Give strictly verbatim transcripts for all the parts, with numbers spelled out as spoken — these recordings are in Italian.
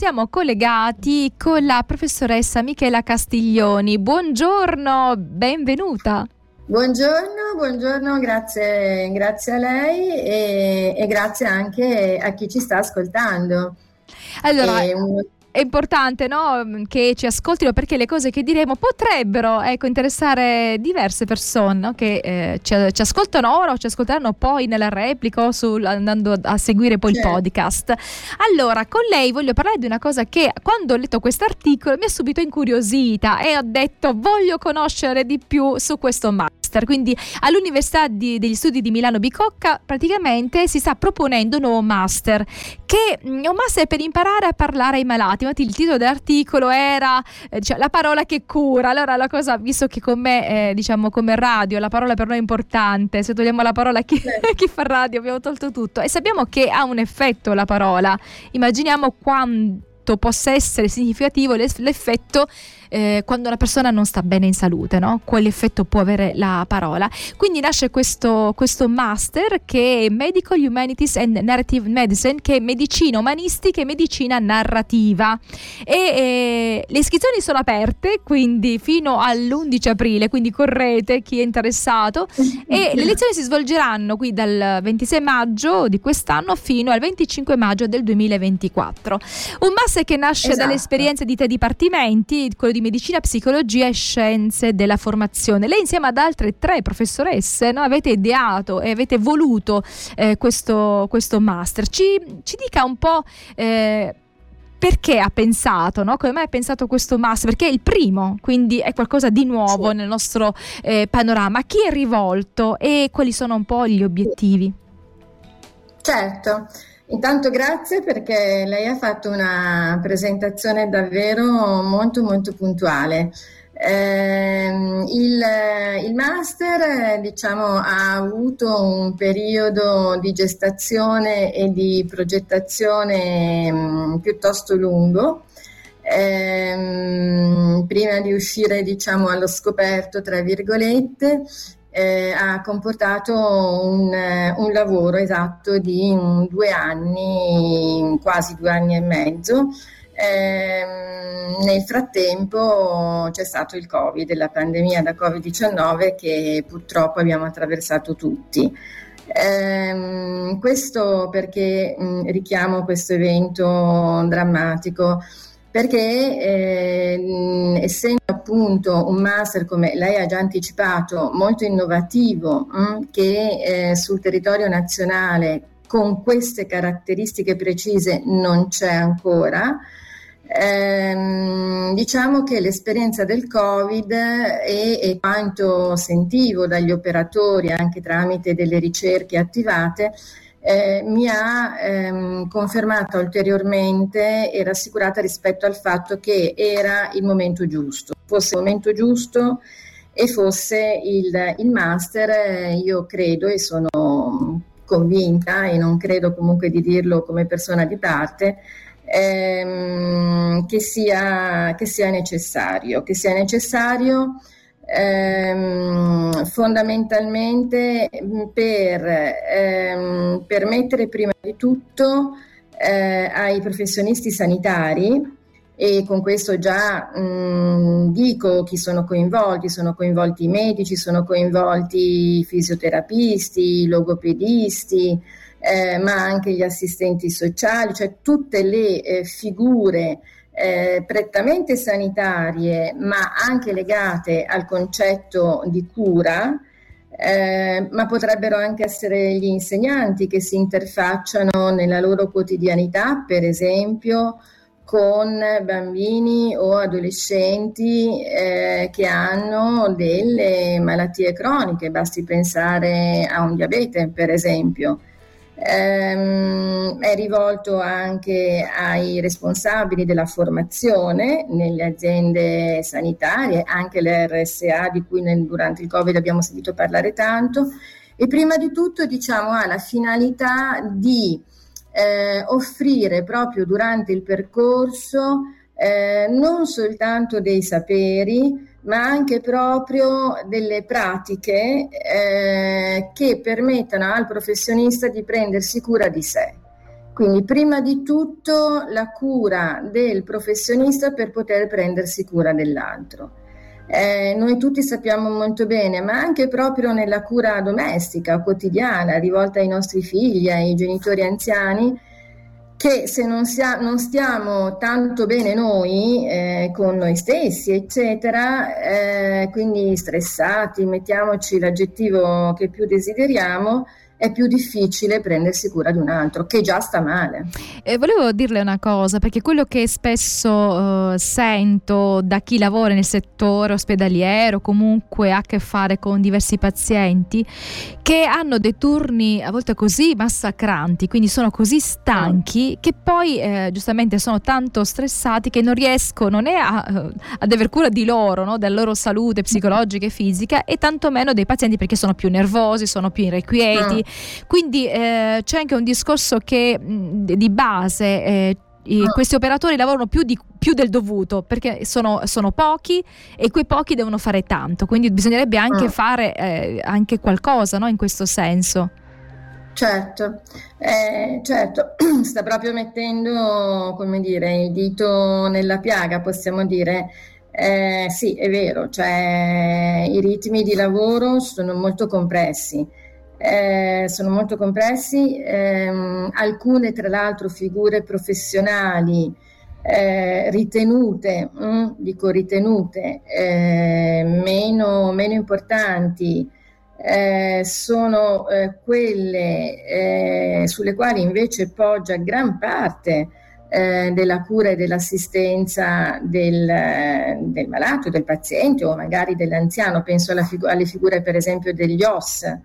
stiamo collegati con la professoressa Michela Castiglioni. Buongiorno, benvenuta. Buongiorno, buongiorno, grazie, grazie a lei e, e grazie anche a chi ci sta ascoltando. Allora, E un... è importante, no, che ci ascoltino, perché le cose che diremo potrebbero, ecco, interessare diverse persone, no, che eh, ci, ci ascoltano ora o ci ascolteranno poi nella replica o sul, andando a seguire poi certo. il podcast. Allora, con lei voglio parlare di una cosa che quando ho letto questo articolo mi ha subito incuriosita e ho detto voglio conoscere di più su questo master. Quindi all'Università di, degli Studi di Milano Bicocca praticamente si sta proponendo un nuovo master, che è un master per imparare a parlare ai malati. Infatti il titolo dell'articolo era eh, cioè, la parola che cura. Allora la cosa, visto che con me eh, diciamo come radio la parola per noi è importante, se togliamo la parola chi, chi fa radio abbiamo tolto tutto, e sappiamo che ha un effetto la parola. Immaginiamo quanto possa essere significativo l'effetto Eh, quando una persona non sta bene in salute, no? Quale effetto può avere la parola. Quindi nasce questo, questo master che è Medical Humanities and Narrative Medicine, che è medicina umanistica e medicina narrativa, e eh, le iscrizioni sono aperte quindi fino all'undici aprile, quindi correte chi è interessato, e le lezioni si svolgeranno qui dal ventisei maggio di quest'anno fino al venticinque maggio del duemilaventiquattro. Un master che nasce esatto. dalle esperienze di tre dipartimenti, quello di medicina, psicologia e scienze della formazione. Lei insieme ad altre tre professoresse, no, avete ideato e avete voluto eh, questo, questo master. Ci, ci dica un po' eh, perché ha pensato, no? Come mai ha pensato questo master? Perché è il primo, quindi è qualcosa di nuovo sì. nel nostro eh, panorama. A chi è rivolto e quali sono un po' gli obiettivi? Certo. Intanto grazie, perché lei ha fatto una presentazione davvero molto molto puntuale. Eh, il, il master diciamo ha avuto un periodo di gestazione e di progettazione mh, piuttosto lungo. Eh, prima di uscire diciamo allo scoperto tra virgolette Eh, ha comportato un, un lavoro esatto di un, due anni, quasi due anni e mezzo. Eh, nel frattempo c'è stato il Covid, la pandemia da covid diciannove che purtroppo abbiamo attraversato tutti. Eh, questo perché mh, richiamo questo evento drammatico? Perché eh, essendo appunto un master, come lei ha già anticipato, molto innovativo, mh, che eh, sul territorio nazionale con queste caratteristiche precise non c'è ancora, ehm, diciamo che l'esperienza del Covid e, e quanto sentivo dagli operatori anche tramite delle ricerche attivate Eh, mi ha ehm, confermata ulteriormente e rassicurata rispetto al fatto che era il momento giusto, fosse il momento giusto e fosse il, il master, eh, io credo e sono convinta, e non credo comunque di dirlo come persona di parte, ehm, che sia, che sia necessario, che sia necessario Ehm, fondamentalmente per ehm, permettere prima di tutto eh, ai professionisti sanitari, e con questo già mh, dico chi sono coinvolti, sono coinvolti i medici, sono coinvolti i fisioterapisti, i logopedisti, eh, ma anche gli assistenti sociali, cioè tutte le eh, figure Eh, prettamente sanitarie, ma anche legate al concetto di cura, eh, ma potrebbero anche essere gli insegnanti che si interfacciano nella loro quotidianità, per esempio con bambini o adolescenti eh, che hanno delle malattie croniche, basti pensare a un diabete, per esempio. Ehm, è rivolto anche ai responsabili della formazione nelle aziende sanitarie, anche l'R S A di cui nel, durante il Covid abbiamo sentito parlare tanto, e prima di tutto diciamo ha la finalità di eh, offrire proprio durante il percorso eh, non soltanto dei saperi, ma anche proprio delle pratiche eh, che permettano al professionista di prendersi cura di sé. Quindi prima di tutto la cura del professionista per poter prendersi cura dell'altro. Eh, noi tutti sappiamo molto bene, ma anche proprio nella cura domestica, quotidiana, rivolta ai nostri figli, ai genitori anziani, che se non, sia, non stiamo tanto bene noi eh, con noi stessi, eccetera, eh, quindi stressati, mettiamoci l'aggettivo che più desideriamo, è più difficile prendersi cura di un altro che già sta male. Eh, volevo dirle una cosa, perché quello che spesso eh, sento da chi lavora nel settore ospedaliero, comunque ha a che fare con diversi pazienti, che hanno dei turni a volte così massacranti, quindi sono così stanchi, mm. che poi eh, giustamente sono tanto stressati che non riescono né a, ad aver cura di loro, no? Della loro salute psicologica e fisica, e tantomeno dei pazienti, perché sono più nervosi, sono più irrequieti. Mm. Quindi eh, c'è anche un discorso che mh, di base eh, i, questi operatori lavorano più, di, più del dovuto, perché sono, sono pochi, e quei pochi devono fare tanto, quindi bisognerebbe anche fare eh, anche qualcosa, no? In questo senso. Certo, eh, certo, sta proprio mettendo, come dire, il dito nella piaga, possiamo dire. Eh, sì, è vero, cioè i ritmi di lavoro sono molto compressi. Eh, sono molto compressi, ehm, alcune tra l'altro figure professionali eh, ritenute, mh, dico ritenute, eh, meno, meno importanti eh, sono eh, quelle eh, sulle quali invece poggia gran parte eh, della cura e dell'assistenza del, del malato, del paziente o magari dell'anziano. Penso alla figu- alle figure per esempio degli O S.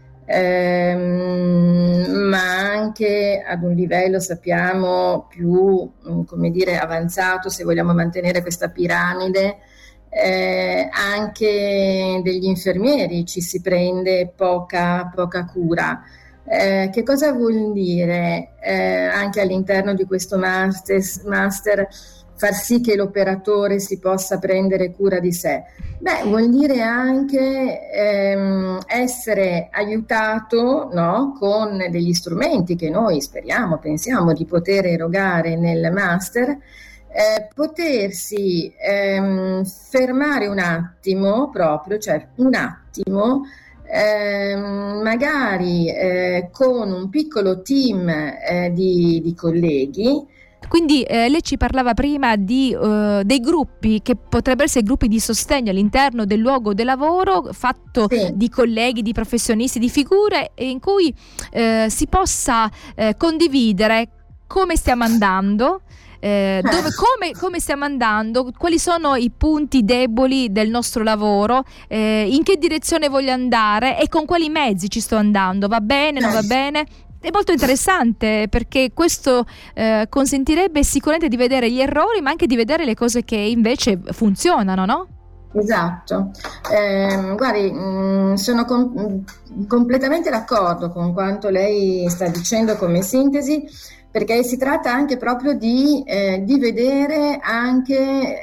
Ehm, ma anche ad un livello sappiamo più, come dire, avanzato, se vogliamo mantenere questa piramide, eh, anche degli infermieri ci si prende poca, poca cura. Eh, che cosa vuol dire eh, anche all'interno di questo master, master far sì che l'operatore si possa prendere cura di sé? Beh, vuol dire anche ehm, essere aiutato, no, con degli strumenti che noi speriamo, pensiamo di poter erogare nel master, eh, potersi ehm, fermare un attimo, proprio, cioè un attimo, ehm, magari eh, con un piccolo team eh, di, di colleghi. Quindi eh, lei ci parlava prima di uh, dei gruppi che potrebbero essere gruppi di sostegno all'interno del luogo di lavoro, fatto sì. di colleghi, di professionisti, di figure, in cui eh, si possa eh, condividere come stiamo andando, eh, dove, come, come stiamo andando, quali sono i punti deboli del nostro lavoro, eh, in che direzione voglio andare e con quali mezzi ci sto andando, va bene, non va bene. È molto interessante, perché questo eh, consentirebbe sicuramente di vedere gli errori, ma anche di vedere le cose che invece funzionano, no? Esatto, eh, guardi, mh, sono com- completamente d'accordo con quanto lei sta dicendo come sintesi, perché si tratta anche proprio di, eh, di vedere anche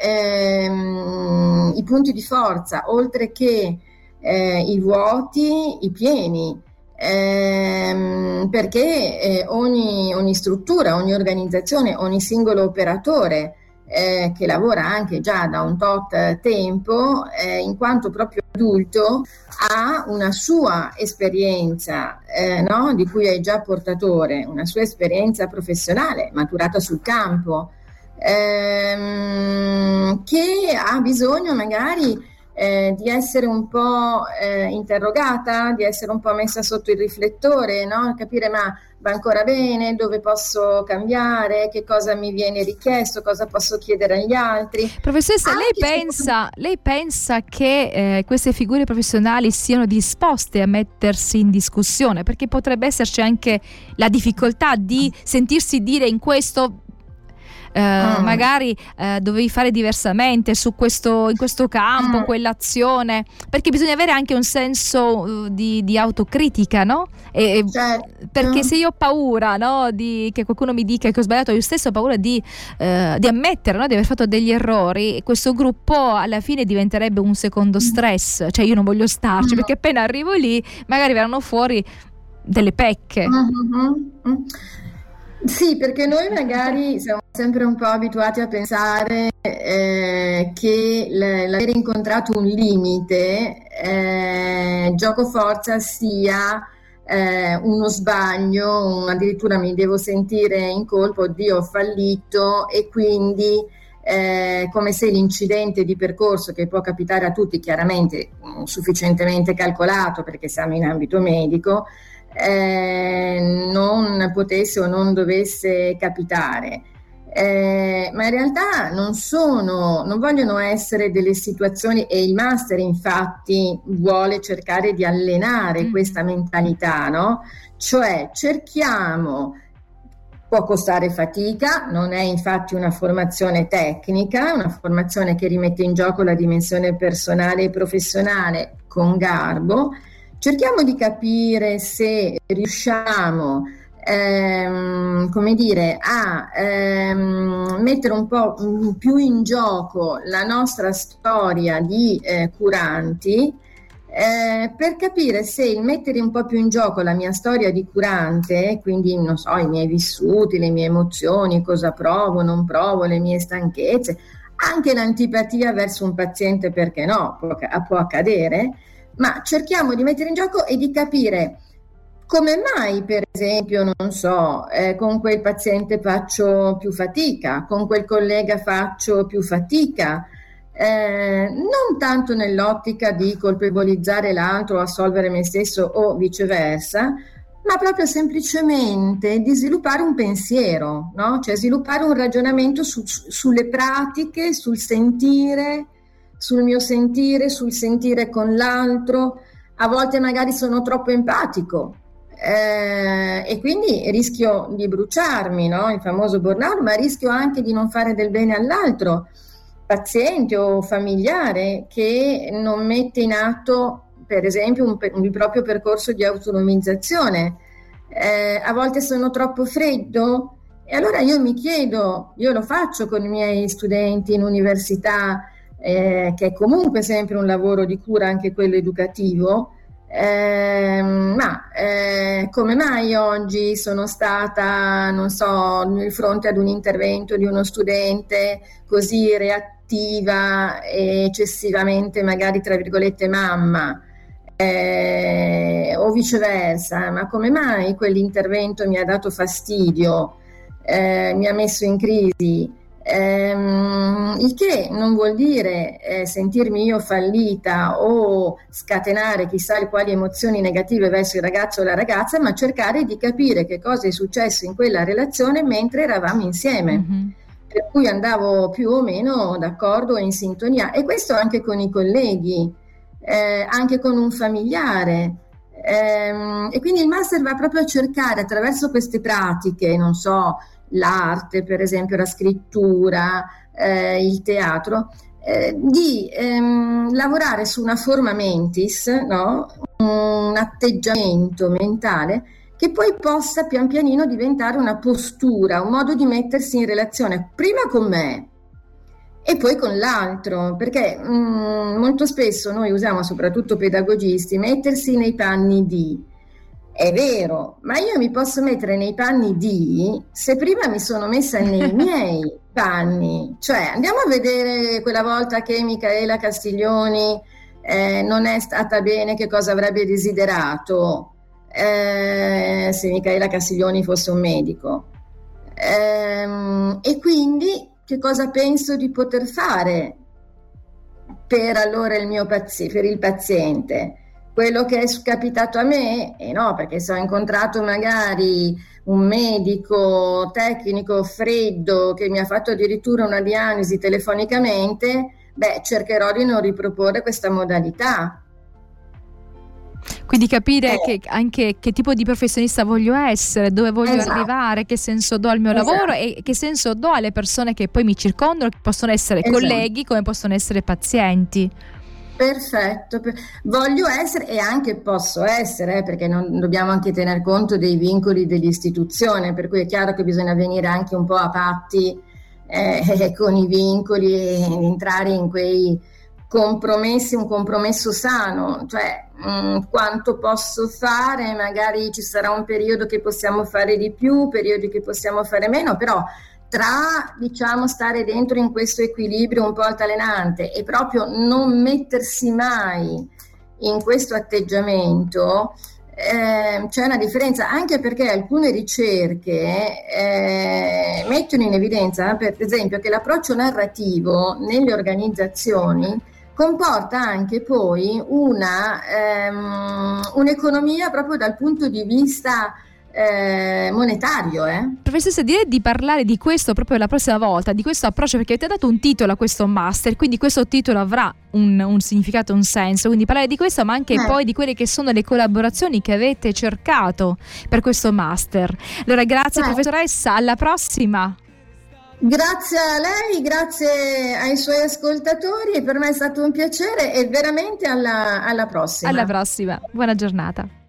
ehm, i punti di forza, oltre che eh, i vuoti, i pieni. Ehm, perché eh, ogni, ogni struttura, ogni organizzazione, ogni singolo operatore eh, che lavora anche già da un tot tempo, eh, in quanto proprio adulto, ha una sua esperienza, eh, no? di cui è già portatore, una sua esperienza professionale maturata sul campo, ehm, che ha bisogno magari Eh, di essere un po' eh, interrogata, di essere un po' messa sotto il riflettore, no? Capire, ma va ancora bene, dove posso cambiare, che cosa mi viene richiesto, cosa posso chiedere agli altri. Professoressa, Anche lei pensa, se... lei pensa che eh, queste figure professionali siano disposte a mettersi in discussione? Perché potrebbe esserci anche la difficoltà di sentirsi dire in questo Uh, mm. magari uh, dovevi fare diversamente su questo, in questo campo, mm. quell'azione, perché bisogna avere anche un senso uh, di, di autocritica, no? E, certo. Perché se io ho paura, no, di che qualcuno mi dica che ho sbagliato, io stesso ho paura di, uh, di ammettere, no, di aver fatto degli errori, e questo gruppo alla fine diventerebbe un secondo stress, cioè io non voglio starci mm. perché appena arrivo lì magari verranno fuori delle pecche. Mm-hmm. Mm. Sì, perché noi magari siamo sempre un po' abituati a pensare eh, che l- l'avere incontrato un limite, eh, gioco forza sia eh, uno sbaglio, un- addirittura mi devo sentire in colpa, oddio, ho fallito, e quindi eh, come se l'incidente di percorso, che può capitare a tutti, chiaramente mh, sufficientemente calcolato perché siamo in ambito medico, eh, non potesse o non dovesse capitare. Eh, ma in realtà non sono, non vogliono essere delle situazioni, e il master infatti vuole cercare di allenare Mm. questa mentalità, no? Cioè cerchiamo, può costare fatica, non è infatti una formazione tecnica, è una formazione che rimette in gioco la dimensione personale e professionale con garbo. Cerchiamo di capire se riusciamo, ehm, come dire, a ehm, mettere un po' più in gioco la nostra storia di eh, curanti, eh, per capire se il mettere un po' più in gioco la mia storia di curante, quindi non so, i miei vissuti, le mie emozioni, cosa provo, non provo, le mie stanchezze, anche l'antipatia verso un paziente, perché no, può, può accadere, ma cerchiamo di mettere in gioco e di capire come mai, per esempio, non so, eh, con quel paziente faccio più fatica, con quel collega faccio più fatica, eh, non tanto nell'ottica di colpevolizzare l'altro o assolvere me stesso o viceversa, ma proprio semplicemente di sviluppare un pensiero, no? Cioè sviluppare un ragionamento su, sulle pratiche, sul sentire, sul mio sentire, sul sentire con l'altro. A volte magari sono troppo empatico, eh, e quindi rischio di bruciarmi, no? Il famoso burnout, ma rischio anche di non fare del bene all'altro paziente o familiare che non mette in atto, per esempio, un, un proprio percorso di autonomizzazione. Eh, a volte sono troppo freddo, e allora io mi chiedo, io lo faccio con i miei studenti in università, eh, che è comunque sempre un lavoro di cura, anche quello educativo, eh, ma eh, come mai oggi sono stata, non so, di fronte ad un intervento di uno studente così reattiva e eccessivamente magari tra virgolette mamma, eh, o viceversa, ma come mai quell'intervento mi ha dato fastidio, eh, mi ha messo in crisi? Ehm, il che non vuol dire eh, sentirmi io fallita o scatenare chissà quali emozioni negative verso il ragazzo o la ragazza, ma cercare di capire che cosa è successo in quella relazione mentre eravamo insieme, mm-hmm. per cui andavo più o meno d'accordo e in sintonia, e questo anche con i colleghi, eh, anche con un familiare. Ehm, e quindi il master va proprio a cercare attraverso queste pratiche, non so, l'arte, per esempio la scrittura, eh, il teatro, eh, di ehm, lavorare su una forma mentis, no? Un atteggiamento mentale che poi possa pian pianino diventare una postura, un modo di mettersi in relazione prima con me e poi con l'altro, perché mh, molto spesso noi usiamo, soprattutto pedagogisti, mettersi nei panni di. È vero, ma io mi posso mettere nei panni di se prima mi sono messa nei miei panni. Cioè, andiamo a vedere quella volta che Micaela Castiglioni eh, non è stata bene, che cosa avrebbe desiderato eh, se Micaela Castiglioni fosse un medico. Ehm, e quindi che cosa penso di poter fare per allora il mio paziente, per il paziente? Quello che è capitato a me, e eh no, perché se ho incontrato magari un medico tecnico freddo che mi ha fatto addirittura una diagnosi telefonicamente, beh, cercherò di non riproporre questa modalità. Quindi capire eh. che anche che tipo di professionista voglio essere, dove voglio esatto. arrivare, che senso do al mio esatto. lavoro e che senso do alle persone che poi mi circondano, che possono essere esatto. colleghi come possono essere pazienti. Perfetto, voglio essere e anche posso essere, eh, perché non dobbiamo anche tener conto dei vincoli dell'istituzione, per cui è chiaro che bisogna venire anche un po' a patti eh, con i vincoli e entrare in quei compromessi, un compromesso sano, cioè mh, quanto posso fare, magari ci sarà un periodo che possiamo fare di più, periodi che possiamo fare meno, però tra, diciamo, stare dentro in questo equilibrio un po' altalenante e proprio non mettersi mai in questo atteggiamento, eh, c'è una differenza, anche perché alcune ricerche eh, mettono in evidenza, per esempio, che l'approccio narrativo nelle organizzazioni comporta anche poi una ehm, un'economia proprio dal punto di vista eh, monetario. Eh. Professoressa, direi di parlare di questo proprio la prossima volta, di questo approccio, perché avete dato un titolo a questo master, quindi questo titolo avrà un, un significato, un senso, quindi parlare di questo, ma anche eh. poi di quelle che sono le collaborazioni che avete cercato per questo master. Allora, grazie eh. professoressa, alla prossima. Grazie a lei, grazie ai suoi ascoltatori, per me è stato un piacere e veramente alla, alla prossima. Alla prossima, buona giornata.